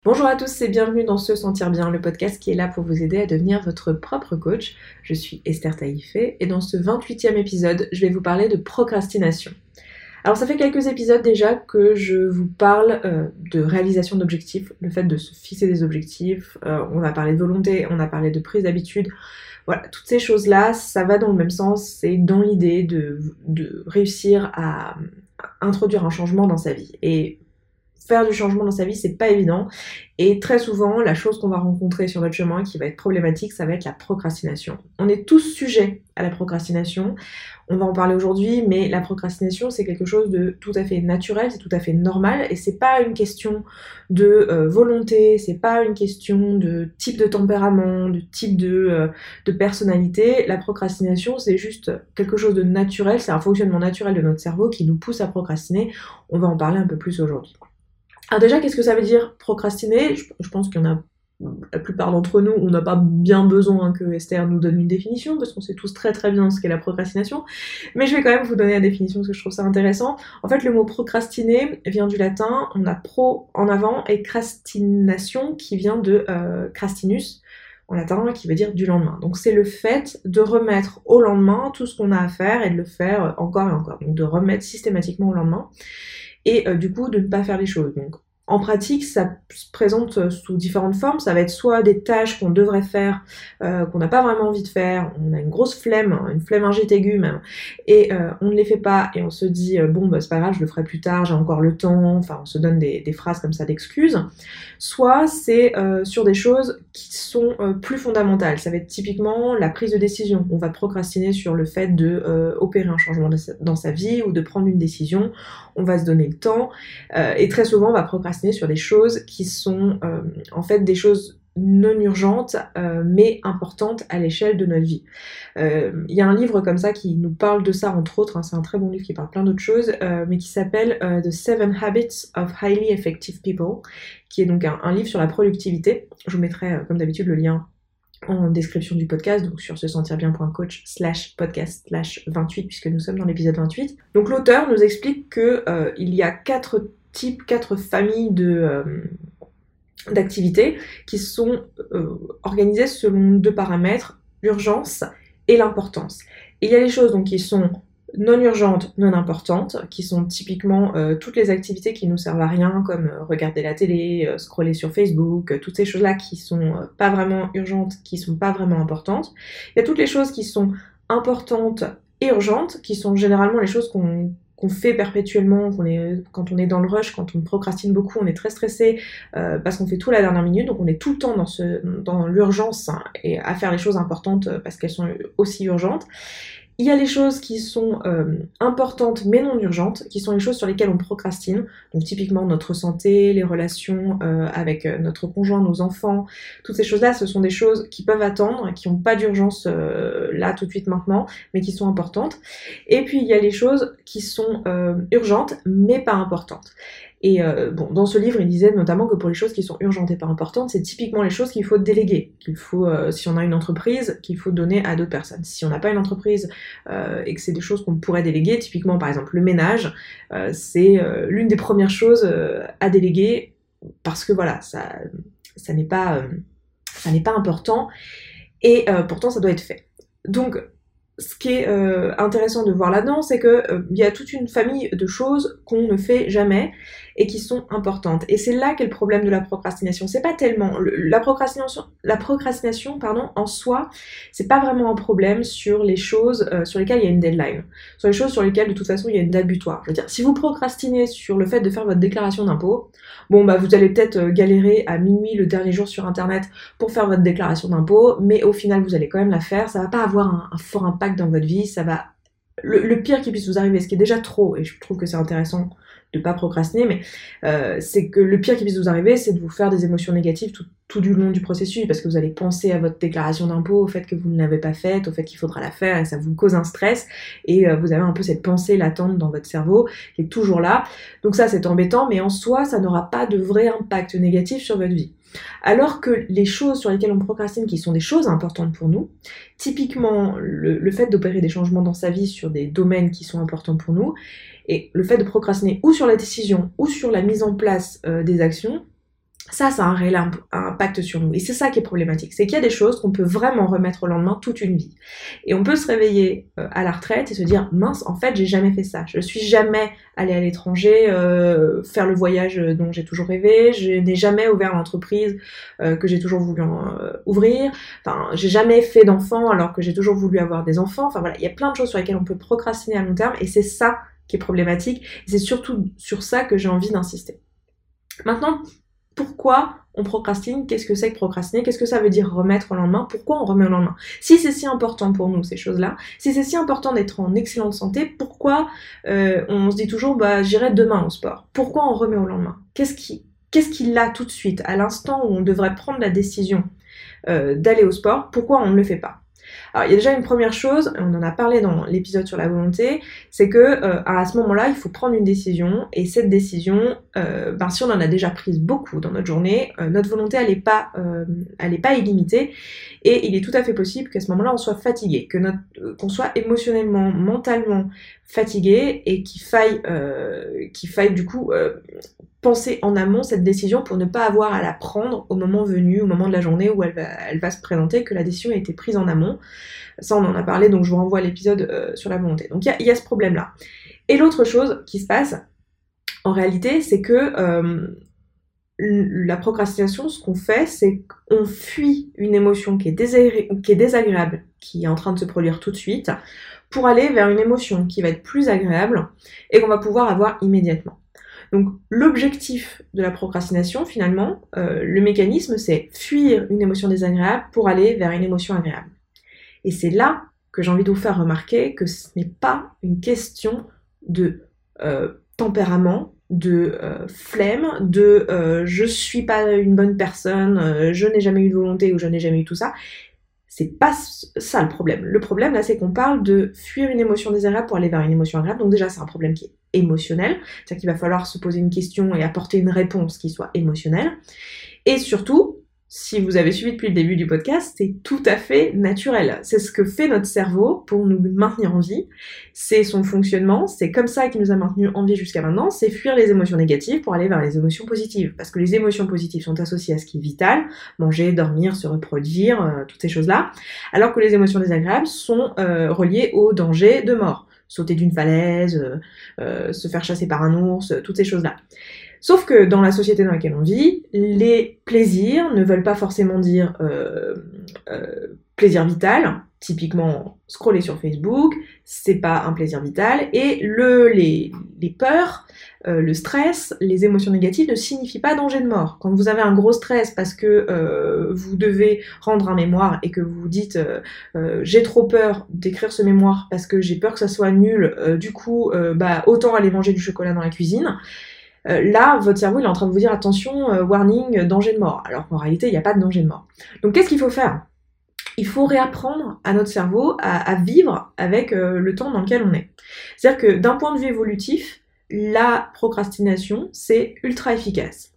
Bonjour à tous et bienvenue dans Se Sentir Bien, le podcast qui est là pour vous aider à devenir votre propre coach. Je suis Esther Taïfé et dans ce 28e épisode, je vais vous parler de procrastination. Alors ça fait quelques épisodes déjà que je vous parle de réalisation d'objectifs, le fait de se fixer des objectifs, on a parlé de volonté, on a parlé de prise d'habitude. Voilà, toutes ces choses-là, ça va dans le même sens, c'est dans l'idée de réussir à introduire un changement dans sa vie. Et faire du changement dans sa vie, c'est pas évident. Et très souvent, la chose qu'on va rencontrer sur notre chemin qui va être problématique, ça va être la procrastination. On est tous sujets à la procrastination. On va en parler aujourd'hui, mais la procrastination, c'est quelque chose de tout à fait naturel, c'est tout à fait normal, et c'est pas une question de volonté, c'est pas une question de type de tempérament, de type de personnalité. La procrastination, c'est juste quelque chose de naturel, c'est un fonctionnement naturel de notre cerveau qui nous pousse à procrastiner. On va en parler un peu plus aujourd'hui. Alors déjà, qu'est-ce que ça veut dire procrastiner ? Je pense qu'il y en a, la plupart d'entre nous, on n'a pas bien besoin que Esther nous donne une définition, parce qu'on sait tous très très bien ce qu'est la procrastination, mais je vais quand même vous donner la définition parce que je trouve ça intéressant. En fait, le mot procrastiner vient du latin, on a pro en avant, et crastination qui vient de crastinus, en latin, qui veut dire du lendemain. Donc c'est le fait de remettre au lendemain tout ce qu'on a à faire et de le faire encore et encore, donc de remettre systématiquement au lendemain. Et du coup de ne pas faire les choses. Donc en pratique, ça se présente sous différentes formes. Ça va être soit des tâches qu'on devrait faire, qu'on n'a pas vraiment envie de faire, on a une grosse flemme, une flemmingique aiguë même, et on ne les fait pas, et on se dit bon bah c'est pas grave, je le ferai plus tard, j'ai encore le temps, enfin on se donne des phrases comme ça d'excuses. Soit c'est sur des choses qui sont plus fondamentales. Ça va être typiquement la prise de décision. On va procrastiner sur le fait de opérer un changement dans sa vie ou de prendre une décision. On va se donner le temps, et très souvent on va procrastiner sur des choses qui sont en fait des choses non urgentes mais importantes à l'échelle de notre vie. Il y a un livre comme ça qui nous parle de ça entre autres, hein, c'est un très bon livre qui parle plein d'autres choses, mais qui s'appelle The Seven Habits of Highly Effective People, qui est donc un livre sur la productivité. Je vous mettrai comme d'habitude le lien en description du podcast, donc sur sesentirbien.coach/podcast/28, puisque nous sommes dans l'épisode 28. Donc l'auteur nous explique que il y a quatre familles d'activités qui sont organisées selon deux paramètres, l'urgence et l'importance. Et il y a les choses donc qui sont non urgentes, non importantes, qui sont typiquement toutes les activités qui nous servent à rien, comme regarder la télé, scroller sur Facebook, toutes ces choses-là qui sont pas vraiment urgentes, qui sont pas vraiment importantes. Il y a toutes les choses qui sont importantes et urgentes, qui sont généralement les choses qu'on fait perpétuellement, quand on est dans le rush, quand on procrastine beaucoup, on est très stressé parce qu'on fait tout à la dernière minute, donc on est tout le temps dans l'urgence, hein, et à faire les choses importantes parce qu'elles sont aussi urgentes. Il y a les choses qui sont importantes mais non urgentes, qui sont les choses sur lesquelles on procrastine, donc typiquement notre santé, les relations avec notre conjoint, nos enfants, toutes ces choses-là, ce sont des choses qui peuvent attendre, qui n'ont pas d'urgence là tout de suite maintenant, mais qui sont importantes. Et puis il y a les choses qui sont urgentes mais pas importantes. Et bon, dans ce livre, il disait notamment que pour les choses qui sont urgentes et pas importantes, c'est typiquement les choses qu'il faut déléguer, qu'il faut, si on a une entreprise, qu'il faut donner à d'autres personnes. Si on n'a pas une entreprise et que c'est des choses qu'on pourrait déléguer, typiquement par exemple le ménage, c'est l'une des premières choses à déléguer parce que voilà, ça n'est pas important et pourtant ça doit être fait. Donc ce qui est intéressant de voir là-dedans, c'est que il y a toute une famille de choses qu'on ne fait jamais et qui sont importantes. Et c'est là qu'est le problème de la procrastination. C'est pas tellement la procrastination, en soi, c'est pas vraiment un problème sur les choses sur lesquelles il y a une deadline, sur les choses sur lesquelles de toute façon il y a une date butoir. Je veux dire, si vous procrastinez sur le fait de faire votre déclaration d'impôt, bon bah vous allez peut-être galérer à minuit le dernier jour sur internet pour faire votre déclaration d'impôt, mais au final vous allez quand même la faire. Ça va pas avoir un fort impact dans votre vie, ça va... Le pire qui puisse vous arriver, ce qui est déjà trop, et je trouve que c'est intéressant de pas procrastiner, mais c'est que le pire qui puisse vous arriver, c'est de vous faire des émotions négatives tout du long du processus, parce que vous allez penser à votre déclaration d'impôt, au fait que vous ne l'avez pas faite, au fait qu'il faudra la faire, et ça vous cause un stress, et vous avez un peu cette pensée latente dans votre cerveau, qui est toujours là. Donc ça, c'est embêtant, mais en soi, ça n'aura pas de vrai impact négatif sur votre vie. Alors que les choses sur lesquelles on procrastine, qui sont des choses importantes pour nous, typiquement le fait d'opérer des changements dans sa vie sur des domaines qui sont importants pour nous, et le fait de procrastiner ou sur la décision ou sur la mise en place des actions, Ça a un réel impact sur nous. Et c'est ça qui est problématique. C'est qu'il y a des choses qu'on peut vraiment remettre au lendemain toute une vie. Et on peut se réveiller à la retraite et se dire, mince, en fait, j'ai jamais fait ça. Je suis jamais allée à l'étranger, faire le voyage dont j'ai toujours rêvé. Je n'ai jamais ouvert l'entreprise que j'ai toujours voulu ouvrir. Enfin, j'ai jamais fait d'enfants alors que j'ai toujours voulu avoir des enfants. Enfin voilà, il y a plein de choses sur lesquelles on peut procrastiner à long terme. Et c'est ça qui est problématique. Et c'est surtout sur ça que j'ai envie d'insister. Maintenant, pourquoi on procrastine? Qu'est-ce que c'est que procrastiner? Qu'est-ce que ça veut dire remettre au lendemain? Pourquoi on remet au lendemain? Si c'est si important pour nous, ces choses-là, si c'est si important d'être en excellente santé, pourquoi on se dit toujours j'irai demain au sport? Pourquoi on remet au lendemain? Qu'est-ce qu'il a tout de suite, à l'instant où on devrait prendre la décision d'aller au sport? Pourquoi on ne le fait pas? Alors il y a déjà une première chose, on en a parlé dans l'épisode sur la volonté, c'est que à ce moment-là, il faut prendre une décision, et cette décision, si on en a déjà prise beaucoup dans notre journée, notre volonté elle est pas illimitée, et il est tout à fait possible qu'à ce moment-là on soit fatigué, qu'on soit émotionnellement, mentalement fatigué, et qu'il faille du coup penser en amont cette décision pour ne pas avoir à la prendre au moment venu, au moment de la journée où elle va se présenter, que la décision a été prise en amont. Ça, on en a parlé, donc je vous renvoie à l'épisode sur la volonté. Donc il y a ce problème-là. Et l'autre chose qui se passe, en réalité, c'est que la procrastination, ce qu'on fait, c'est qu'on fuit une émotion qui est désagréable, qui est en train de se produire tout de suite, pour aller vers une émotion qui va être plus agréable et qu'on va pouvoir avoir immédiatement. Donc l'objectif de la procrastination, finalement, le mécanisme, c'est fuir une émotion désagréable pour aller vers une émotion agréable. Et c'est là que j'ai envie de vous faire remarquer que ce n'est pas une question de tempérament, de flemme, de je suis pas une bonne personne, je n'ai jamais eu de volonté ou je n'ai jamais eu tout ça. C'est pas ça le problème. Le problème là, c'est qu'on parle de fuir une émotion désagréable pour aller vers une émotion agréable. Donc déjà, c'est un problème qui est émotionnel, c'est-à-dire qu'il va falloir se poser une question et apporter une réponse qui soit émotionnelle. Et surtout, si vous avez suivi depuis le début du podcast, c'est tout à fait naturel. C'est ce que fait notre cerveau pour nous maintenir en vie. C'est son fonctionnement, c'est comme ça qu'il nous a maintenus en vie jusqu'à maintenant, c'est fuir les émotions négatives pour aller vers les émotions positives. Parce que les émotions positives sont associées à ce qui est vital, manger, dormir, se reproduire, toutes ces choses-là, alors que les émotions désagréables sont reliées au danger de mort. Sauter d'une falaise, se faire chasser par un ours, toutes ces choses-là. Sauf que dans la société dans laquelle on vit, les plaisirs ne veulent pas forcément dire plaisir vital. Typiquement, scroller sur Facebook, c'est pas un plaisir vital. Et les peurs, le stress, les émotions négatives ne signifient pas danger de mort. Quand vous avez un gros stress parce que vous devez rendre un mémoire et que vous vous dites j'ai trop peur d'écrire ce mémoire parce que j'ai peur que ça soit nul, du coup autant aller manger du chocolat dans la cuisine. Là, votre cerveau il est en train de vous dire attention, warning, danger de mort. Alors qu'en réalité, il n'y a pas de danger de mort. Donc qu'est-ce qu'il faut faire? Il faut réapprendre à notre cerveau à vivre avec le temps dans lequel on est. C'est-à-dire que d'un point de vue évolutif, la procrastination, c'est ultra efficace.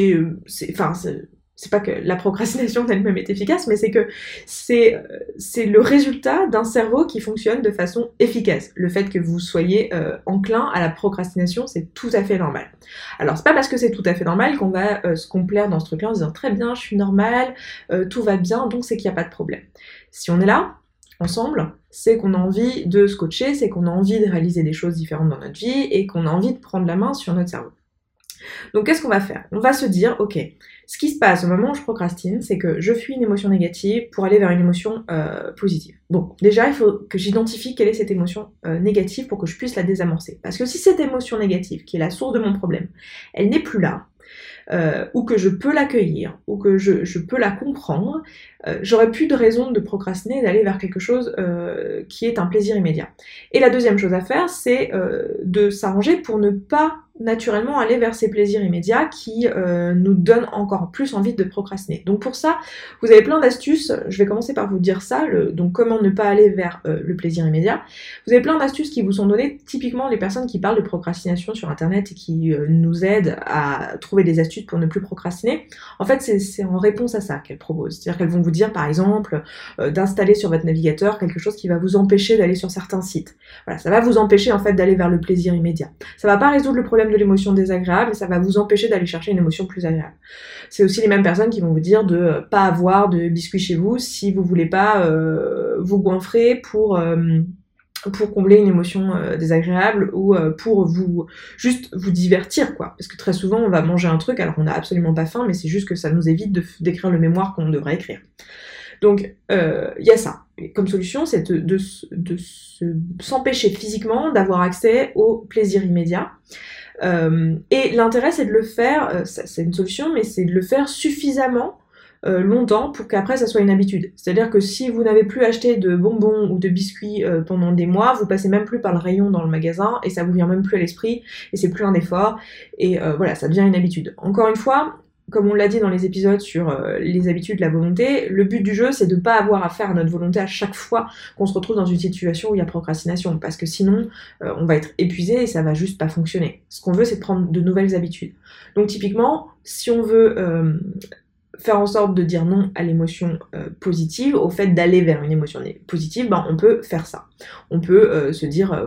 C'est pas que la procrastination elle-même est efficace, mais c'est que c'est le résultat d'un cerveau qui fonctionne de façon efficace. Le fait que vous soyez enclin à la procrastination, c'est tout à fait normal. Alors c'est pas parce que c'est tout à fait normal qu'on va se complaire dans ce truc-là en disant très bien, je suis normale, tout va bien, donc c'est qu'il n'y a pas de problème. Si on est là, ensemble, c'est qu'on a envie de se coacher, c'est qu'on a envie de réaliser des choses différentes dans notre vie et qu'on a envie de prendre la main sur notre cerveau. Donc qu'est-ce qu'on va faire? On va se dire, ok, ce qui se passe au moment où je procrastine, c'est que je fuis une émotion négative pour aller vers une émotion positive. Bon, déjà, il faut que j'identifie quelle est cette émotion négative pour que je puisse la désamorcer. Parce que si cette émotion négative, qui est la source de mon problème, elle n'est plus là, ou que je peux l'accueillir, ou que je peux la comprendre, j'aurais plus de raison de procrastiner et d'aller vers quelque chose qui est un plaisir immédiat. Et la deuxième chose à faire, c'est de s'arranger pour ne pas naturellement aller vers ces plaisirs immédiats qui nous donnent encore plus envie de procrastiner. Donc pour ça, vous avez plein d'astuces, je vais commencer par vous dire ça, donc comment ne pas aller vers le plaisir immédiat. Vous avez plein d'astuces qui vous sont données, typiquement les personnes qui parlent de procrastination sur internet et qui nous aident à trouver des astuces pour ne plus procrastiner. En fait, c'est en réponse à ça qu'elles proposent. C'est-à-dire qu'elles vont vous dire par exemple d'installer sur votre navigateur quelque chose qui va vous empêcher d'aller sur certains sites. Voilà, ça va vous empêcher en fait d'aller vers le plaisir immédiat. Ça va pas résoudre le problème même de l'émotion désagréable et ça va vous empêcher d'aller chercher une émotion plus agréable. C'est aussi les mêmes personnes qui vont vous dire de pas avoir de biscuits chez vous si vous voulez pas vous goinfrer pour combler une émotion désagréable ou pour juste vous divertir, quoi. Parce que très souvent, on va manger un truc alors qu'on n'a absolument pas faim, mais c'est juste que ça nous évite d'écrire le mémoire qu'on devrait écrire. Donc, y a ça. Et comme solution, c'est s'empêcher physiquement d'avoir accès au plaisir immédiat. Et l'intérêt, c'est de le faire, c'est une solution, mais c'est de le faire suffisamment longtemps pour qu'après ça soit une habitude. C'est-à-dire que si vous n'avez plus acheté de bonbons ou de biscuits pendant des mois, vous passez même plus par le rayon dans le magasin et ça vous vient même plus à l'esprit et c'est plus un effort et voilà, ça devient une habitude. Encore une fois, comme on l'a dit dans les épisodes sur les habitudes, la volonté, le but du jeu c'est de ne pas avoir à faire à notre volonté à chaque fois qu'on se retrouve dans une situation où il y a procrastination, parce que sinon on va être épuisé et ça va juste pas fonctionner. Ce qu'on veut c'est de prendre de nouvelles habitudes. Donc typiquement, si on veut faire en sorte de dire non à l'émotion positive, au fait d'aller vers une émotion positive, ben on peut faire ça. On peut se dire,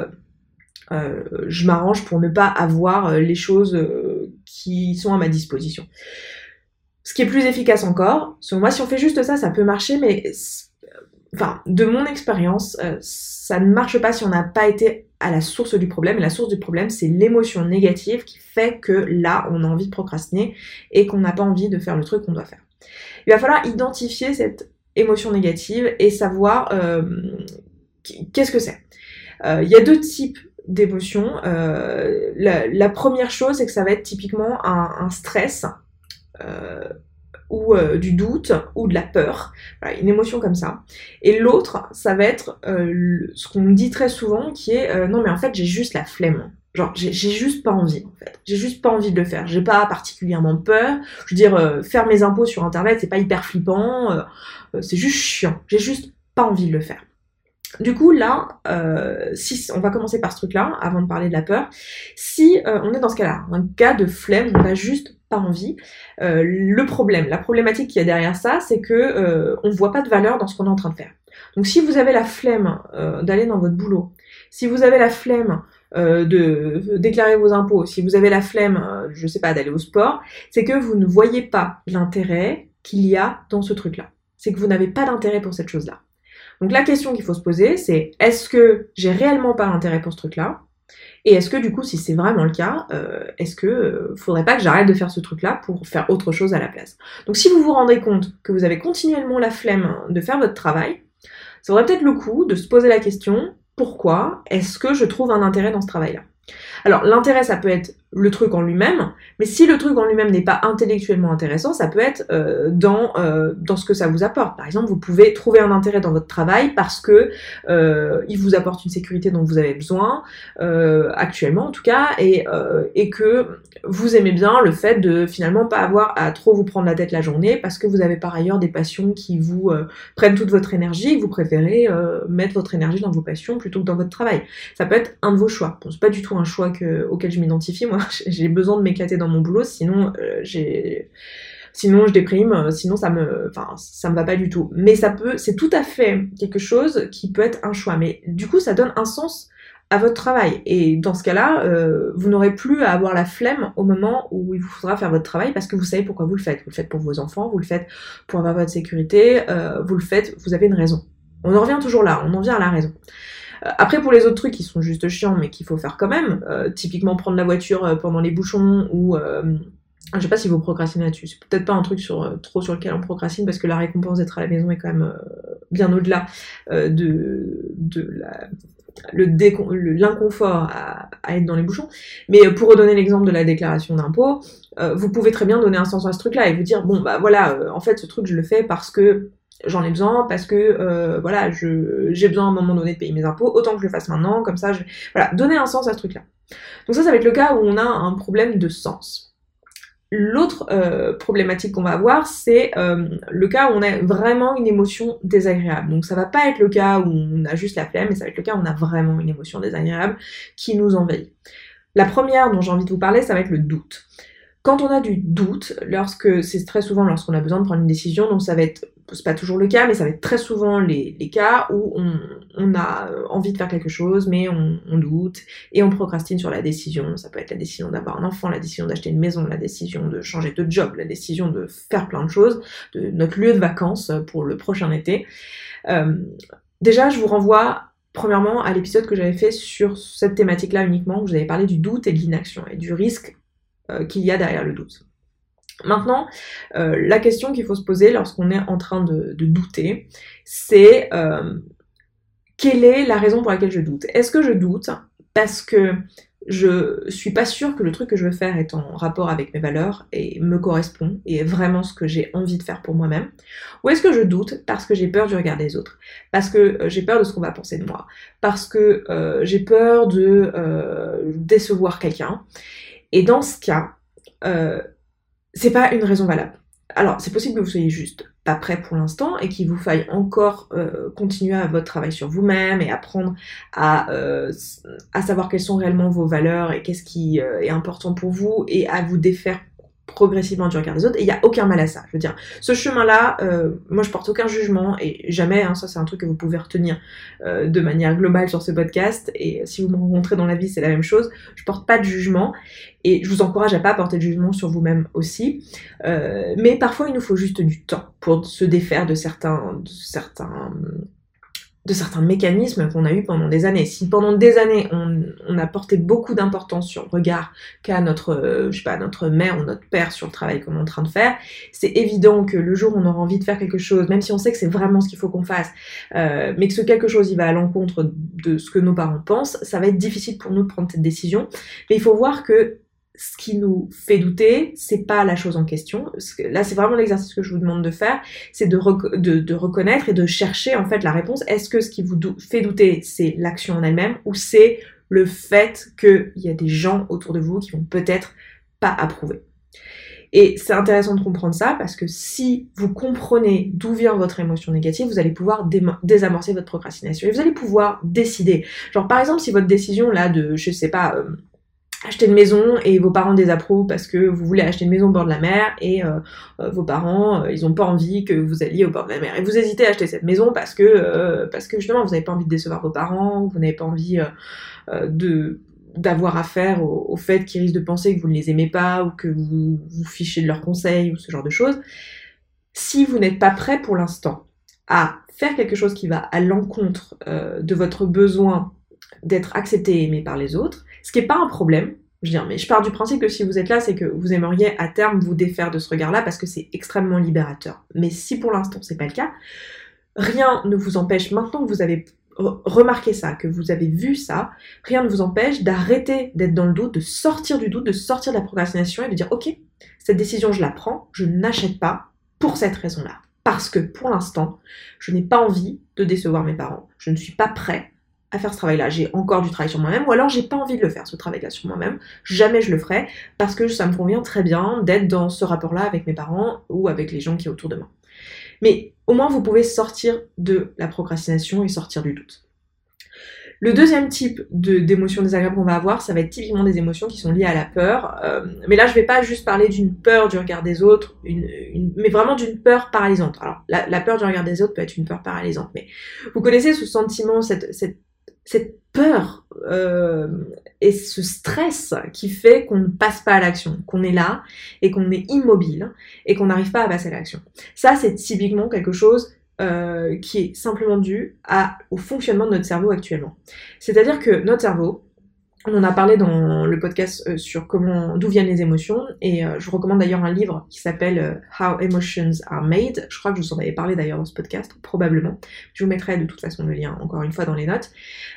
je m'arrange pour ne pas avoir les choses qui sont à ma disposition. Ce qui est plus efficace encore, selon moi, si on fait juste ça, ça peut marcher, mais de mon expérience, ça ne marche pas si on n'a pas été à la source du problème. Et la source du problème, c'est l'émotion négative qui fait que là, on a envie de procrastiner et qu'on n'a pas envie de faire le truc qu'on doit faire. Il va falloir identifier cette émotion négative et savoir qu'est-ce que c'est. Il y a deux types d'émotions. La première chose, c'est que ça va être typiquement un stress ou du doute ou de la peur, voilà, une émotion comme ça. Et l'autre, ça va être ce qu'on me dit très souvent qui est non mais en fait j'ai juste la flemme. Genre j'ai juste pas envie en fait. J'ai juste pas envie de le faire. J'ai pas particulièrement peur. Je veux dire faire mes impôts sur internet c'est pas hyper flippant. C'est juste chiant. J'ai juste pas envie de le faire. Du coup, là, si on va commencer par ce truc-là, avant de parler de la peur, si on est dans ce cas-là, un cas de flemme, on n'a juste pas envie, la problématique qu'il y a derrière ça, c'est que on voit pas de valeur dans ce qu'on est en train de faire. Donc si vous avez la flemme d'aller dans votre boulot, si vous avez la flemme de déclarer vos impôts, si vous avez la flemme, je sais pas, d'aller au sport, c'est que vous ne voyez pas l'intérêt qu'il y a dans ce truc-là. C'est que vous n'avez pas d'intérêt pour cette chose-là. Donc la question qu'il faut se poser, c'est est-ce que j'ai réellement pas l'intérêt pour ce truc-là ? Et est-ce que du coup, si c'est vraiment le cas, est-ce que faudrait pas que j'arrête de faire ce truc-là pour faire autre chose à la place ? Donc si vous vous rendez compte que vous avez continuellement la flemme de faire votre travail, ça vaudrait peut-être le coup de se poser la question, pourquoi est-ce que je trouve un intérêt dans ce travail-là ? Alors l'intérêt, ça peut être le truc en lui-même, mais si le truc en lui-même n'est pas intellectuellement intéressant, ça peut être dans ce que ça vous apporte. Par exemple, vous pouvez trouver un intérêt dans votre travail parce que il vous apporte une sécurité dont vous avez besoin, actuellement en tout cas, et que vous aimez bien le fait de finalement pas avoir à trop vous prendre la tête la journée parce que vous avez par ailleurs des passions qui vous prennent toute votre énergie et que vous préférez mettre votre énergie dans vos passions plutôt que dans votre travail. Ça peut être un de vos choix. Bon, c'est pas du tout un choix auquel je m'identifie, moi j'ai besoin de m'éclater dans mon boulot, sinon je déprime, sinon ça me va pas du tout. Mais c'est tout à fait quelque chose qui peut être un choix. Mais du coup, ça donne un sens à votre travail. Et dans ce cas-là, vous n'aurez plus à avoir la flemme au moment où il vous faudra faire votre travail parce que vous savez pourquoi vous le faites. Vous le faites pour vos enfants, vous le faites pour avoir votre sécurité, vous le faites, vous avez une raison. On en revient toujours là, on en vient à la raison. Après, pour les autres trucs qui sont juste chiants, mais qu'il faut faire quand même, typiquement prendre la voiture pendant les bouchons, ou je sais pas si vous procrastinez là-dessus, c'est peut-être pas un truc trop sur lequel on procrastine, parce que la récompense d'être à la maison est quand même bien au-delà l'inconfort à être dans les bouchons. Mais pour redonner l'exemple de la déclaration d'impôt, vous pouvez très bien donner un sens à ce truc-là, et vous dire, bon bah voilà, en fait ce truc je le fais parce que j'en ai besoin, parce que j'ai besoin à un moment donné de payer mes impôts, autant que je le fasse maintenant, comme ça, voilà, donner un sens à ce truc-là. Donc ça va être le cas où on a un problème de sens. L'autre problématique qu'on va avoir, c'est le cas où on a vraiment une émotion désagréable. Donc ça va pas être le cas où on a juste la flemme, mais ça va être le cas où on a vraiment une émotion désagréable qui nous envahit. La première dont j'ai envie de vous parler, ça va être le doute. Quand on a du doute, c'est très souvent lorsqu'on a besoin de prendre une décision, donc ça va être c'est pas toujours le cas, mais ça va être très souvent les cas où on a envie de faire quelque chose, mais on doute, et on procrastine sur la décision. Ça peut être la décision d'avoir un enfant, la décision d'acheter une maison, la décision de changer de job, la décision de faire plein de choses, de notre lieu de vacances pour le prochain été. Déjà, je vous renvoie premièrement à l'épisode que j'avais fait sur cette thématique-là uniquement, où je vous avais parlé du doute et de l'inaction, et du risque qu'il y a derrière le doute. Maintenant, la question qu'il faut se poser lorsqu'on est en train de douter, c'est quelle est la raison pour laquelle je doute? Est-ce que je doute parce que je suis pas sûre que le truc que je veux faire est en rapport avec mes valeurs et me correspond et est vraiment ce que j'ai envie de faire pour moi-même? Ou est-ce que je doute parce que j'ai peur du regard des autres? Parce que j'ai peur de ce qu'on va penser de moi? Parce que j'ai peur de décevoir quelqu'un? Et dans ce cas, c'est pas une raison valable. Alors, c'est possible que vous soyez juste pas prêt pour l'instant et qu'il vous faille encore continuer à votre travail sur vous-même et apprendre à savoir quelles sont réellement vos valeurs et qu'est-ce qui est important pour vous et à vous défaire progressivement du regard des autres, et il n'y a aucun mal à ça. Je veux dire, ce chemin-là, moi je porte aucun jugement, et jamais, ça c'est un truc que vous pouvez retenir de manière globale sur ce podcast, et si vous me rencontrez dans la vie, c'est la même chose, je porte pas de jugement, et je vous encourage à pas porter de jugement sur vous-même aussi, mais parfois il nous faut juste du temps pour se défaire de certains mécanismes qu'on a eu pendant des années. Si pendant des années, on a porté beaucoup d'importance sur le regard qu'a notre mère ou notre père sur le travail qu'on est en train de faire, c'est évident que le jour où on aura envie de faire quelque chose, même si on sait que c'est vraiment ce qu'il faut qu'on fasse, mais que ce quelque chose, il va à l'encontre de ce que nos parents pensent, ça va être difficile pour nous de prendre cette décision. Mais il faut voir que ce qui nous fait douter, c'est pas la chose en question. Là, c'est vraiment l'exercice que je vous demande de faire, c'est de reconnaître et de chercher en fait la réponse. Est-ce que ce qui vous fait douter, c'est l'action en elle-même, ou c'est le fait qu'il y a des gens autour de vous qui vont peut-être pas approuver? Et c'est intéressant de comprendre ça, parce que si vous comprenez d'où vient votre émotion négative, vous allez pouvoir désamorcer votre procrastination, et vous allez pouvoir décider. Genre par exemple, si votre décision là de, je sais pas, acheter une maison et vos parents désapprouvent parce que vous voulez acheter une maison au bord de la mer et vos parents ils ont pas envie que vous alliez au bord de la mer, et vous hésitez à acheter cette maison parce que justement vous n'avez pas envie de décevoir vos parents, vous n'avez pas envie d'avoir affaire au fait qu'ils risquent de penser que vous ne les aimez pas ou que vous vous fichez de leurs conseils ou ce genre de choses. Si vous n'êtes pas prêt pour l'instant à faire quelque chose qui va à l'encontre de votre besoin d'être accepté et aimé par les autres, ce qui n'est pas un problème, je veux dire, mais je pars du principe que si vous êtes là, c'est que vous aimeriez à terme vous défaire de ce regard-là parce que c'est extrêmement libérateur. Mais si pour l'instant c'est pas le cas, rien ne vous empêche, maintenant que vous avez remarqué ça, que vous avez vu ça, rien ne vous empêche d'arrêter d'être dans le doute, de sortir du doute, de sortir de la procrastination et de dire ok, cette décision je la prends, je n'achète pas pour cette raison-là. Parce que pour l'instant, je n'ai pas envie de décevoir mes parents, je ne suis pas prêt à faire ce travail-là, j'ai encore du travail sur moi-même, ou alors j'ai pas envie de le faire, ce travail-là sur moi-même, jamais je le ferai, parce que ça me convient très bien d'être dans ce rapport-là avec mes parents ou avec les gens qui sont autour de moi. Mais au moins vous pouvez sortir de la procrastination et sortir du doute. Le deuxième type d'émotions désagréables qu'on va avoir, ça va être typiquement des émotions qui sont liées à la peur, mais là je vais pas juste parler d'une peur du regard des autres, mais vraiment d'une peur paralysante. Alors la peur du regard des autres peut être une peur paralysante, mais vous connaissez ce sentiment, cette peur et ce stress qui fait qu'on ne passe pas à l'action, qu'on est là et qu'on est immobile et qu'on n'arrive pas à passer à l'action. Ça, c'est typiquement quelque chose qui est simplement dû au fonctionnement de notre cerveau actuellement. C'est-à-dire que notre cerveau, on en a parlé dans le podcast sur d'où viennent les émotions, et je vous recommande d'ailleurs un livre qui s'appelle How Emotions Are Made. Je crois que je vous en avais parlé d'ailleurs dans ce podcast, probablement. Je vous mettrai de toute façon le lien encore une fois dans les notes.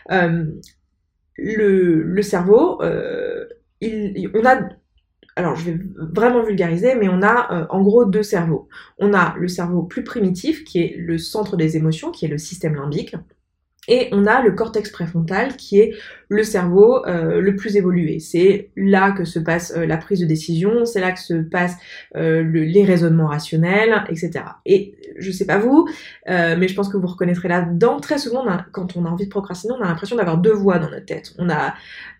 Le cerveau, on a... Alors, je vais vraiment vulgariser, mais on a en gros deux cerveaux. On a le cerveau plus primitif, qui est le centre des émotions, qui est le système limbique, et on a le cortex préfrontal, qui est le cerveau le plus évolué. C'est là que se passe la prise de décision, c'est là que se passent les raisonnements rationnels, etc. Et je sais pas vous, mais je pense que vous reconnaîtrez là-dedans, très souvent, quand on a envie de procrastiner, on a l'impression d'avoir deux voix dans notre tête.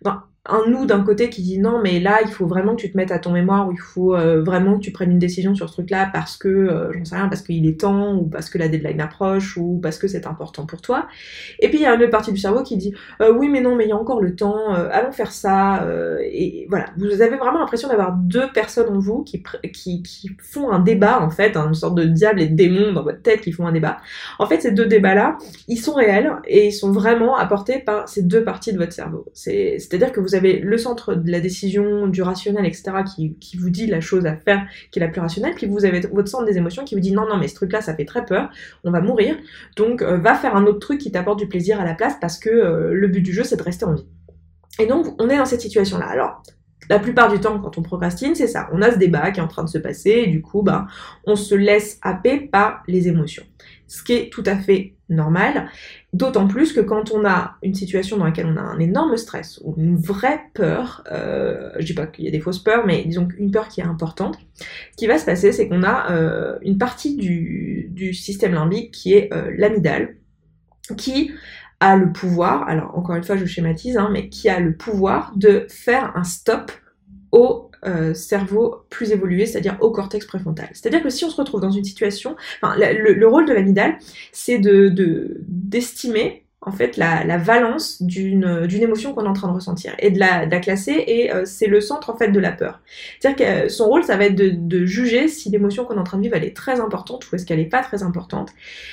un nous d'un côté qui dit non mais là il faut vraiment que tu te mettes à ton mémoire, ou il faut vraiment que tu prennes une décision sur ce truc là parce que j'en sais rien, parce qu'il est temps, ou parce que la deadline approche, ou parce que c'est important pour toi. Et puis il y a une autre partie du cerveau qui dit oui mais non mais il y a encore le temps, allons faire ça, et voilà, vous avez vraiment l'impression d'avoir deux personnes en vous qui font un débat en fait, une sorte de diable et de démon dans votre tête qui font un débat. En fait ces deux débats là ils sont réels et ils sont vraiment apportés par ces deux parties de votre cerveau. C'est-à-dire que vous avez le centre de la décision, du rationnel, etc., qui vous dit la chose à faire, qui est la plus rationnelle, puis vous avez votre centre des émotions qui vous dit non, non, mais ce truc-là, ça fait très peur, on va mourir, donc va faire un autre truc qui t'apporte du plaisir à la place, parce que le but du jeu, c'est de rester en vie. Et donc, on est dans cette situation-là. Alors, la plupart du temps, quand on procrastine, c'est ça. On a ce débat qui est en train de se passer, et du coup, on se laisse happer par les émotions. Ce qui est tout à fait normal, d'autant plus que quand on a une situation dans laquelle on a un énorme stress, ou une vraie peur, je dis pas qu'il y a des fausses peurs, mais disons qu'une peur qui est importante, ce qui va se passer, c'est qu'on a une partie du système limbique qui est l'amygdale, qui a le pouvoir, alors encore une fois je schématise, mais qui a le pouvoir de faire un stop au cerveau plus évolué, c'est-à-dire au cortex préfrontal. C'est-à-dire que si on se retrouve dans une situation, le rôle de l'amygdale, c'est d'estimer en fait la valence d'une émotion qu'on est en train de ressentir et de la classer, et c'est le centre en fait de la peur. C'est-à-dire que son rôle, ça va être de juger si l'émotion qu'on est en train de vivre elle est très importante ou est-ce qu'elle n'est pas très importante,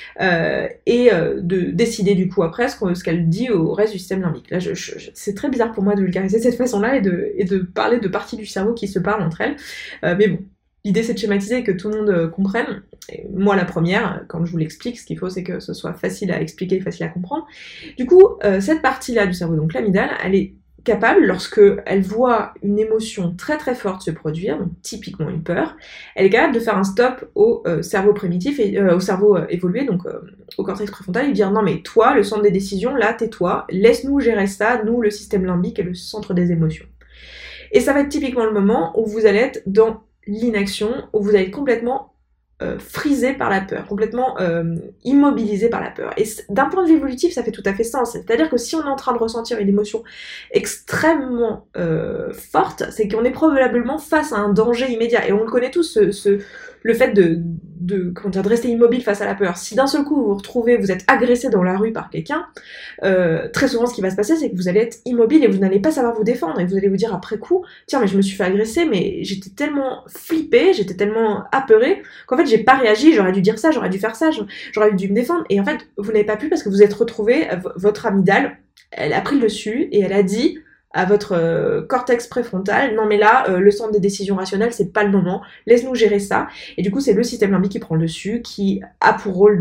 et de décider du coup après ce qu'elle dit au reste du système limbique. Là, c'est très bizarre pour moi de vulgariser de cette façon-là et de parler de parties du cerveau qui se parlent entre elles, mais bon. L'idée, c'est de schématiser et que tout le monde comprenne. Et moi, la première, quand je vous l'explique, ce qu'il faut, c'est que ce soit facile à expliquer, facile à comprendre. Du coup, cette partie-là du cerveau, donc l'amygdale, elle est capable, lorsque elle voit une émotion très très forte se produire, donc typiquement une peur, elle est capable de faire un stop au cerveau primitif, et au cerveau évolué, donc au cortex préfrontal, et dire non mais toi, le centre des décisions, là, tais-toi, laisse-nous gérer ça, nous, le système limbique est le centre des émotions. Et ça va être typiquement le moment où vous allez être dans l'inaction, où vous allez être complètement frisé par la peur, complètement immobilisé par la peur. Et d'un point de vue évolutif, ça fait tout à fait sens. C'est-à-dire que si on est en train de ressentir une émotion extrêmement forte, c'est qu'on est probablement face à un danger immédiat. Et on le connaît tous, le fait de rester immobile face à la peur. Si d'un seul coup vous vous retrouvez, vous êtes agressé dans la rue par quelqu'un, très souvent ce qui va se passer, c'est que vous allez être immobile et vous n'allez pas savoir vous défendre, et vous allez vous dire après coup, tiens mais je me suis fait agresser, mais j'étais tellement flippée, j'étais tellement apeurée, qu'en fait j'ai pas réagi, j'aurais dû dire ça, j'aurais dû faire ça, j'aurais dû me défendre, et en fait vous n'avez pas pu parce que vous êtes retrouvé, votre amygdale, elle a pris le dessus et elle a dit à votre cortex préfrontal, non mais là, le centre des décisions rationnelles, c'est pas le moment, laisse-nous gérer ça. Et du coup, c'est le système limbique qui prend le dessus, qui a pour rôle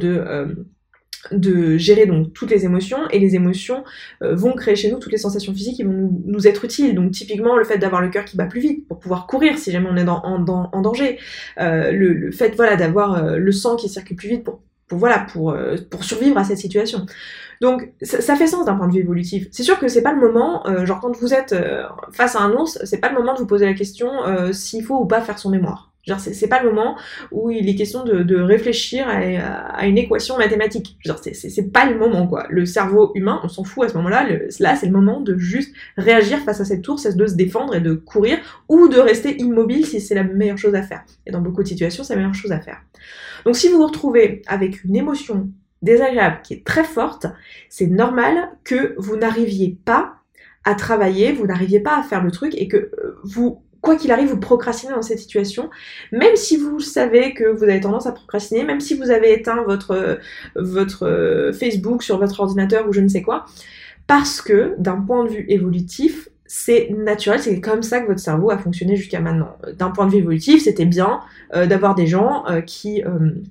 de gérer donc toutes les émotions, et les émotions vont créer chez nous toutes les sensations physiques qui vont nous être utiles. Donc typiquement le fait d'avoir le cœur qui bat plus vite pour pouvoir courir si jamais on est en danger, le fait d'avoir le sang qui circule plus vite pour survivre à cette situation. Donc ça fait sens d'un point de vue évolutif. C'est sûr que c'est pas le moment, genre quand vous êtes face à un ours, c'est pas le moment de vous poser la question s'il faut ou pas faire son mémoire. Genre c'est pas le moment où il est question de réfléchir à une équation mathématique. Genre c'est pas le moment quoi. Le cerveau humain, on s'en fout à ce moment-là. Là c'est le moment de juste réagir face à cette ours, de se défendre et de courir, ou de rester immobile si c'est la meilleure chose à faire. Et dans beaucoup de situations, c'est la meilleure chose à faire. Donc si vous vous retrouvez avec une émotion désagréable qui est très forte, c'est normal que vous n'arriviez pas à travailler, vous n'arriviez pas à faire le truc, et que vous, quoi qu'il arrive, vous procrastinez dans cette situation, même si vous savez que vous avez tendance à procrastiner, même si vous avez éteint votre Facebook sur votre ordinateur ou je ne sais quoi, parce que d'un point de vue évolutif, c'est naturel, c'est comme ça que votre cerveau a fonctionné jusqu'à maintenant. D'un point de vue évolutif, c'était bien d'avoir des gens qui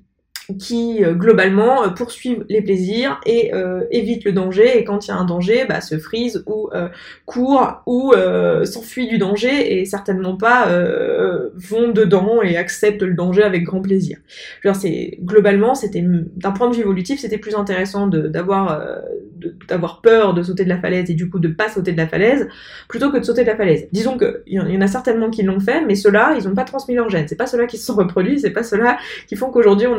globalement poursuivent les plaisirs et évitent le danger, et quand il y a un danger, se frise ou court ou s'enfuit du danger, et certainement pas vont dedans et acceptent le danger avec grand plaisir. Genre globalement, c'était d'un point de vue évolutif, c'était plus intéressant d'avoir peur de sauter de la falaise et du coup de pas sauter de la falaise plutôt que de sauter de la falaise. Disons qu'il y en a certainement qui l'ont fait, mais ceux-là, ils n'ont pas transmis leur gène. C'est pas ceux-là qui se sont reproduits, c'est pas ceux-là qui font qu'aujourd'hui on a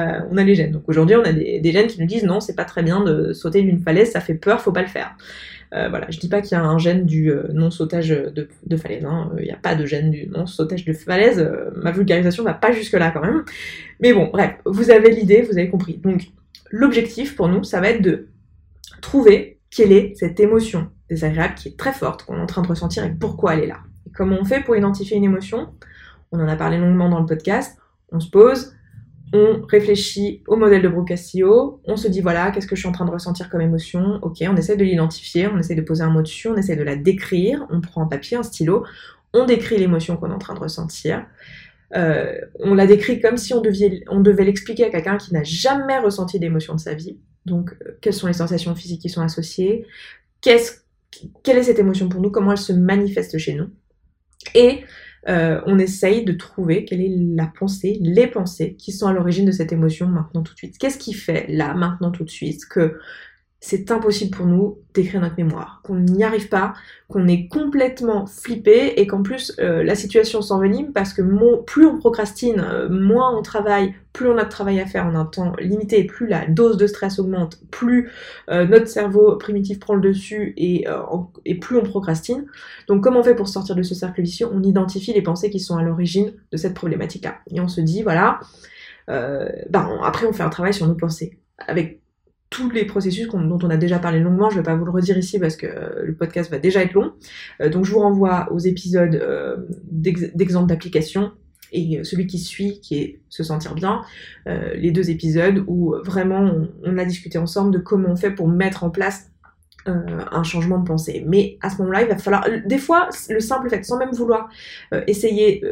on a les gènes. Donc aujourd'hui, on a des gènes qui nous disent non, c'est pas très bien de sauter d'une falaise, ça fait peur, faut pas le faire. Voilà, je dis pas qu'il y a un gène du non-sautage de falaise, hein. Il n'y a pas de gène du non-sautage de falaise, ma vulgarisation va pas jusque-là quand même. Mais bon, bref, vous avez l'idée, vous avez compris. Donc, l'objectif pour nous, ça va être de trouver quelle est cette émotion désagréable qui est très forte, qu'on est en train de ressentir et pourquoi elle est là. Et comment on fait pour identifier une émotion? On en a parlé longuement dans le podcast, on se pose, on réfléchit au modèle de Brooke-Castillo, on se dit voilà, qu'est-ce que je suis en train de ressentir comme émotion? Ok, on essaie de l'identifier, on essaie de poser un mot dessus, on essaie de la décrire, on prend un papier, un stylo, on décrit l'émotion qu'on est en train de ressentir. On la décrit comme si on devait l'expliquer à quelqu'un qui n'a jamais ressenti d'émotion de sa vie. Donc, quelles sont les sensations physiques qui sont associées? Quelle est cette émotion pour nous? Comment elle se manifeste chez nous? Et on essaye de trouver quelle est la pensée, les pensées qui sont à l'origine de cette émotion maintenant tout de suite. Qu'est-ce qui fait là, maintenant tout de suite, que c'est impossible pour nous d'écrire notre mémoire, qu'on n'y arrive pas, qu'on est complètement flippé et qu'en plus la situation s'envenime parce que plus on procrastine, moins on travaille, plus on a de travail à faire en un temps limité, plus la dose de stress augmente, plus notre cerveau primitif prend le dessus et plus on procrastine. Donc comment on fait pour sortir de ce cercle vicieux? On identifie les pensées qui sont à l'origine de cette problématique-là. Et on se dit, voilà, après on fait un travail sur nos pensées, avec tous les processus dont on a déjà parlé longuement. Je ne vais pas vous le redire ici parce que le podcast va déjà être long. Donc je vous renvoie aux épisodes d'exemples d'application et celui qui suit, qui est Se sentir bien, les 2 épisodes où vraiment on a discuté ensemble de comment on fait pour mettre en place un changement de pensée. Mais à ce moment-là, il va falloir, des fois, le simple fait, sans même vouloir essayer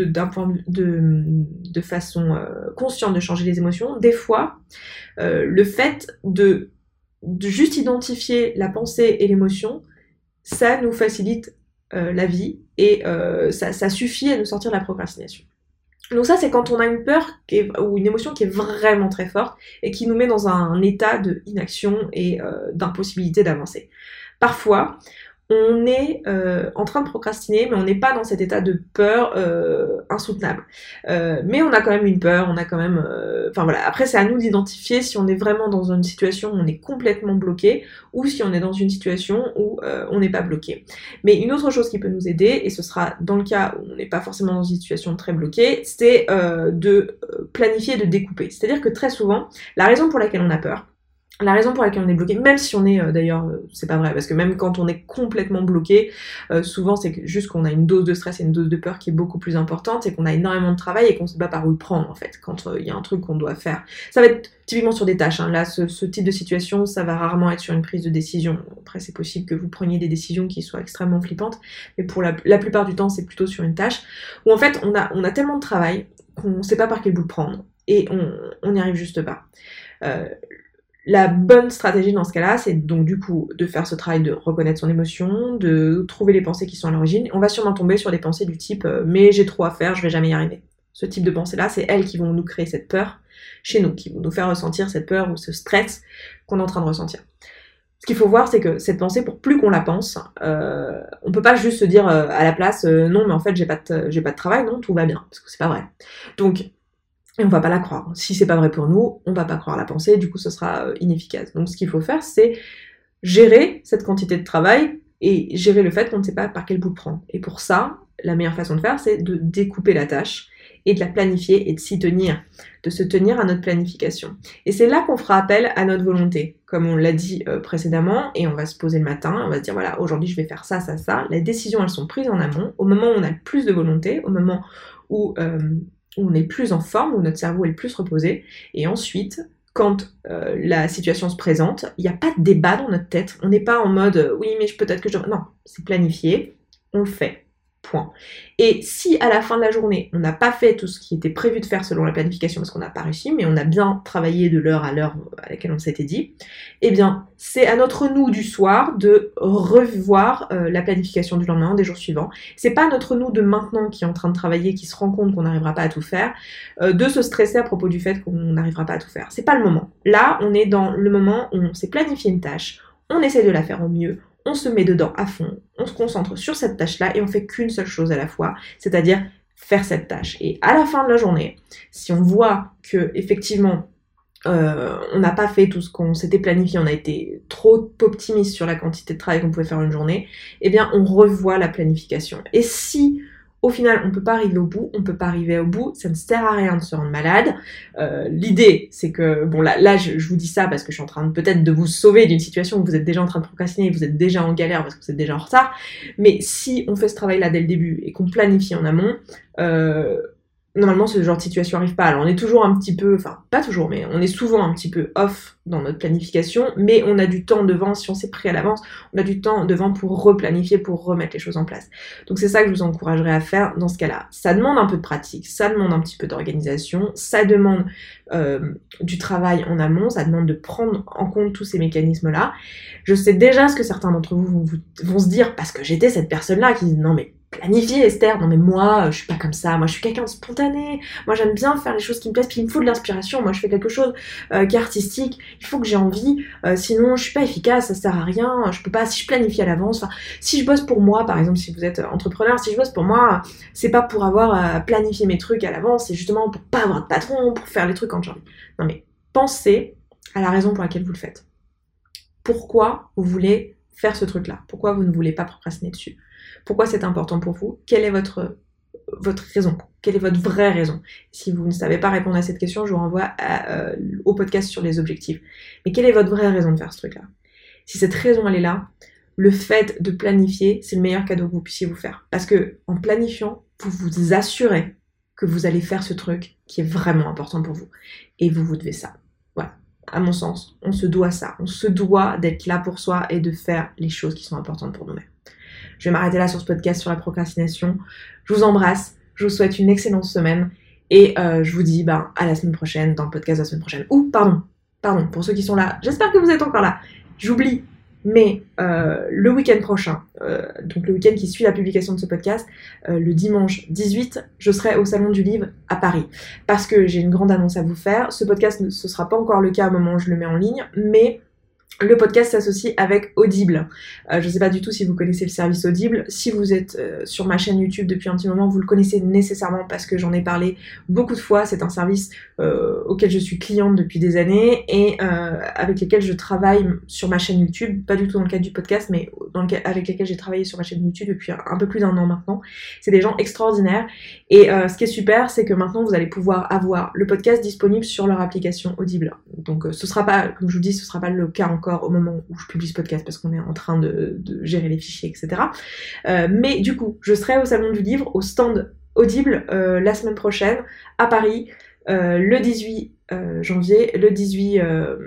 de façon consciente de changer les émotions, des fois, le fait de juste identifier la pensée et l'émotion, ça nous facilite la vie et ça suffit à nous sortir de la procrastination. Donc ça, c'est quand on a une peur ou une émotion qui est vraiment très forte et qui nous met dans un état d'inaction et d'impossibilité d'avancer. Parfois, on est en train de procrastiner, mais on n'est pas dans cet état de peur insoutenable. Mais on a quand même une peur, on a quand même... Enfin voilà, après c'est à nous d'identifier si on est vraiment dans une situation où on est complètement bloqué ou si on est dans une situation où on n'est pas bloqué. Mais une autre chose qui peut nous aider, et ce sera dans le cas où on n'est pas forcément dans une situation très bloquée, c'est de planifier et de découper. C'est-à-dire que très souvent, la raison pour laquelle on a peur, la raison pour laquelle on est bloqué, même si on est, d'ailleurs, c'est pas vrai, parce que même quand on est complètement bloqué, souvent c'est juste qu'on a une dose de stress et une dose de peur qui est beaucoup plus importante, et qu'on a énormément de travail et qu'on sait pas par où le prendre, en fait, quand il y a un truc qu'on doit faire. Ça va être typiquement sur des tâches, hein. Là, ce type de situation, ça va rarement être sur une prise de décision. Après, c'est possible que vous preniez des décisions qui soient extrêmement flippantes, mais pour la plupart du temps, c'est plutôt sur une tâche, où en fait, on a tellement de travail qu'on sait pas par quel bout le prendre, et on n'y arrive juste pas. La bonne stratégie dans ce cas-là, c'est donc du coup de faire ce travail de reconnaître son émotion, de trouver les pensées qui sont à l'origine. On va sûrement tomber sur des pensées du type mais j'ai trop à faire, je vais jamais y arriver. Ce type de pensées-là, c'est elles qui vont nous créer cette peur chez nous, qui vont nous faire ressentir cette peur ou ce stress qu'on est en train de ressentir. Ce qu'il faut voir, c'est que cette pensée, pour plus qu'on la pense, on peut pas juste se dire à la place non mais en fait j'ai pas de travail, non, tout va bien, parce que c'est pas vrai. Donc et on va pas la croire. Si c'est pas vrai pour nous, on va pas croire la pensée, du coup ce sera inefficace. Donc ce qu'il faut faire, c'est gérer cette quantité de travail et gérer le fait qu'on ne sait pas par quel bout prendre. Et pour ça, la meilleure façon de faire, c'est de découper la tâche et de la planifier et de s'y tenir, de se tenir à notre planification. Et c'est là qu'on fera appel à notre volonté, comme on l'a dit précédemment, et on va se poser le matin, on va se dire voilà, aujourd'hui je vais faire ça, ça, ça. Les décisions, elles sont prises en amont, au moment où on a le plus de volonté, au moment où on est le plus en forme, où notre cerveau est le plus reposé, et ensuite, quand la situation se présente, il n'y a pas de débat dans notre tête, on n'est pas en mode oui mais peut-être que je... Non, c'est planifié, on le fait, point. Et si à la fin de la journée, on n'a pas fait tout ce qui était prévu de faire selon la planification, parce qu'on n'a pas réussi, mais on a bien travaillé de l'heure à l'heure à laquelle on s'était dit, eh bien, c'est à notre nous du soir de revoir la planification du lendemain, des jours suivants. C'est pas notre nous de maintenant qui est en train de travailler, qui se rend compte qu'on n'arrivera pas à tout faire, de se stresser à propos du fait qu'on n'arrivera pas à tout faire. C'est pas le moment. Là, on est dans le moment où on s'est planifié une tâche, on essaie de la faire au mieux, on se met dedans à fond, on se concentre sur cette tâche-là et on fait qu'une seule chose à la fois, c'est-à-dire faire cette tâche. Et à la fin de la journée, si on voit que effectivement on n'a pas fait tout ce qu'on s'était planifié, on a été trop optimiste sur la quantité de travail qu'on pouvait faire une journée, eh bien on revoit la planification. Et si au final on peut pas arriver au bout, on peut pas arriver au bout, ça ne sert à rien de se rendre malade. L'idée c'est que, bon là je vous dis ça parce que je suis en train peut-être de vous sauver d'une situation où vous êtes déjà en train de procrastiner, vous êtes déjà en galère parce que vous êtes déjà en retard, mais si on fait ce travail là dès le début et qu'on planifie en amont, normalement, ce genre de situation arrive pas. Alors, on est toujours un petit peu, enfin, pas toujours, mais on est souvent un petit peu off dans notre planification, mais on a du temps devant, si on s'est pris à l'avance, on a du temps devant pour replanifier, pour remettre les choses en place. Donc, c'est ça que je vous encouragerais à faire dans ce cas-là. Ça demande un peu de pratique, ça demande un petit peu d'organisation, ça demande du travail en amont, ça demande de prendre en compte tous ces mécanismes-là. Je sais déjà ce que certains d'entre vous vont se dire, parce que j'étais cette personne-là qui dit, non mais, planifier Esther, non mais moi je suis pas comme ça, moi je suis quelqu'un de spontané, moi j'aime bien faire les choses qui me plaisent, puis il me faut de l'inspiration, moi je fais quelque chose qui est artistique, il faut que j'ai envie, sinon je suis pas efficace, ça sert à rien, je peux pas, si je planifie à l'avance, enfin si je bosse pour moi, par exemple si vous êtes entrepreneur, si je bosse pour moi, c'est pas pour avoir planifié mes trucs à l'avance, c'est justement pour pas avoir de patron, pour faire les trucs quand j'ai envie. Non mais pensez à la raison pour laquelle vous le faites. Pourquoi vous voulez faire ce truc-là? Pourquoi vous ne voulez pas procrastiner dessus? Pourquoi c'est important pour vous? Quelle est votre raison? Quelle est votre vraie raison? Si vous ne savez pas répondre à cette question, je vous renvoie au podcast sur les objectifs. Mais quelle est votre vraie raison de faire ce truc-là? Si cette raison elle est là, le fait de planifier, c'est le meilleur cadeau que vous puissiez vous faire. Parce que en planifiant, vous vous assurez que vous allez faire ce truc qui est vraiment important pour vous. Et vous devez ça. Voilà. À mon sens, on se doit ça. On se doit d'être là pour soi et de faire les choses qui sont importantes pour nous-mêmes. Je vais m'arrêter là sur ce podcast sur la procrastination. Je vous embrasse, je vous souhaite une excellente semaine et je vous dis à la semaine prochaine, dans le podcast de la semaine prochaine. Ou, pardon, pour ceux qui sont là, j'espère que vous êtes encore là. J'oublie, mais le week-end prochain, donc le week-end qui suit la publication de ce podcast, le dimanche 18, je serai au Salon du Livre à Paris. Parce que j'ai une grande annonce à vous faire. Ce podcast, ce sera pas encore le cas au moment où je le mets en ligne, mais le podcast s'associe avec Audible. Je ne sais pas du tout si vous connaissez le service Audible. Si vous êtes sur ma chaîne YouTube depuis un petit moment, vous le connaissez nécessairement parce que j'en ai parlé beaucoup de fois. C'est un service auquel je suis cliente depuis des années et avec lesquels je travaille sur ma chaîne YouTube. Pas du tout dans le cadre du podcast, mais avec lesquels j'ai travaillé sur ma chaîne YouTube depuis un peu plus d'1 an maintenant. C'est des gens extraordinaires. Et ce qui est super, c'est que maintenant vous allez pouvoir avoir le podcast disponible sur leur application Audible. Donc ce sera pas, comme je vous dis, ce sera pas le cas encore au moment où je publie ce podcast parce qu'on est en train de gérer les fichiers, etc. Mais du coup, je serai au Salon du Livre, au stand Audible, la semaine prochaine, à Paris, le 18 janvier, le 18,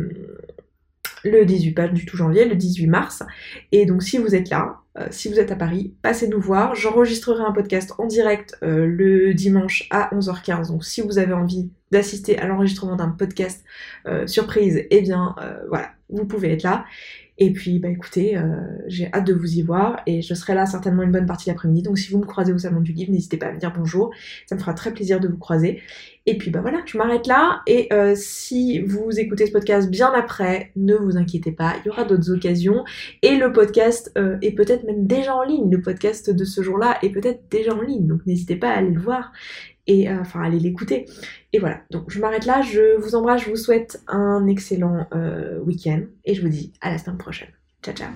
pas du tout janvier, le 18 mars. Et donc si vous êtes là, si vous êtes à Paris, passez nous voir. J'enregistrerai un podcast en direct le dimanche à 11h15. Donc si vous avez envie d'assister à l'enregistrement d'un podcast surprise, eh bien voilà, vous pouvez être là. Et puis écoutez, j'ai hâte de vous y voir et je serai là certainement une bonne partie de l'après-midi. Donc si vous me croisez au Salon du Livre, n'hésitez pas à me dire bonjour. Ça me fera très plaisir de vous croiser. Et puis voilà, je m'arrête là. Et si vous écoutez ce podcast bien après, ne vous inquiétez pas, il y aura d'autres occasions. Et le podcast est peut-être même déjà en ligne. Le podcast de ce jour-là est peut-être déjà en ligne. Donc n'hésitez pas à aller le voir et aller l'écouter. Et voilà, donc je m'arrête là, je vous embrasse, je vous souhaite un excellent week-end et je vous dis à la semaine prochaine. Ciao, ciao.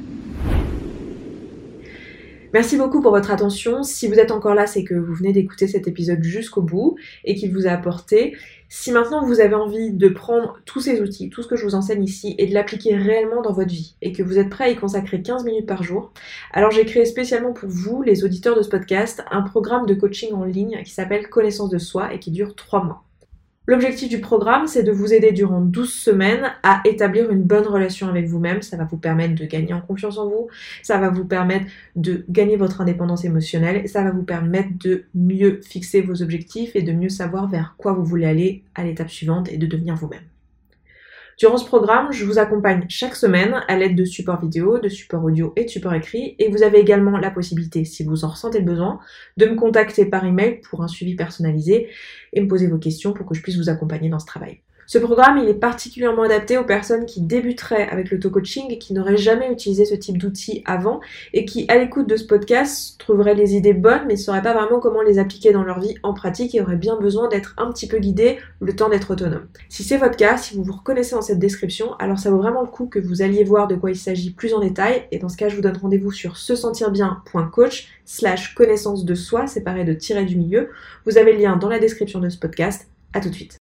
Merci beaucoup pour votre attention. Si vous êtes encore là, c'est que vous venez d'écouter cet épisode jusqu'au bout et qu'il vous a apporté. Si maintenant vous avez envie de prendre tous ces outils, tout ce que je vous enseigne ici et de l'appliquer réellement dans votre vie et que vous êtes prêt à y consacrer 15 minutes par jour, alors j'ai créé spécialement pour vous, les auditeurs de ce podcast, un programme de coaching en ligne qui s'appelle Connaissance de soi et qui dure 3 mois. L'objectif du programme, c'est de vous aider durant 12 semaines à établir une bonne relation avec vous-même. Ça va vous permettre de gagner en confiance en vous, ça va vous permettre de gagner votre indépendance émotionnelle, ça va vous permettre de mieux fixer vos objectifs et de mieux savoir vers quoi vous voulez aller à l'étape suivante et de devenir vous-même. Durant ce programme, je vous accompagne chaque semaine à l'aide de supports vidéo, de supports audio et de supports écrits et vous avez également la possibilité, si vous en ressentez le besoin, de me contacter par email pour un suivi personnalisé et me poser vos questions pour que je puisse vous accompagner dans ce travail. Ce programme, il est particulièrement adapté aux personnes qui débuteraient avec l'auto-coaching et qui n'auraient jamais utilisé ce type d'outils avant et qui, à l'écoute de ce podcast, trouveraient les idées bonnes mais ne sauraient pas vraiment comment les appliquer dans leur vie en pratique et auraient bien besoin d'être un petit peu guidés le temps d'être autonomes. Si c'est votre cas, si vous vous reconnaissez dans cette description, alors ça vaut vraiment le coup que vous alliez voir de quoi il s'agit plus en détail et dans ce cas, je vous donne rendez-vous sur sesentirbien.coach/connaissance de soi, séparé de tiret du milieu. Vous avez le lien dans la description de ce podcast. À tout de suite.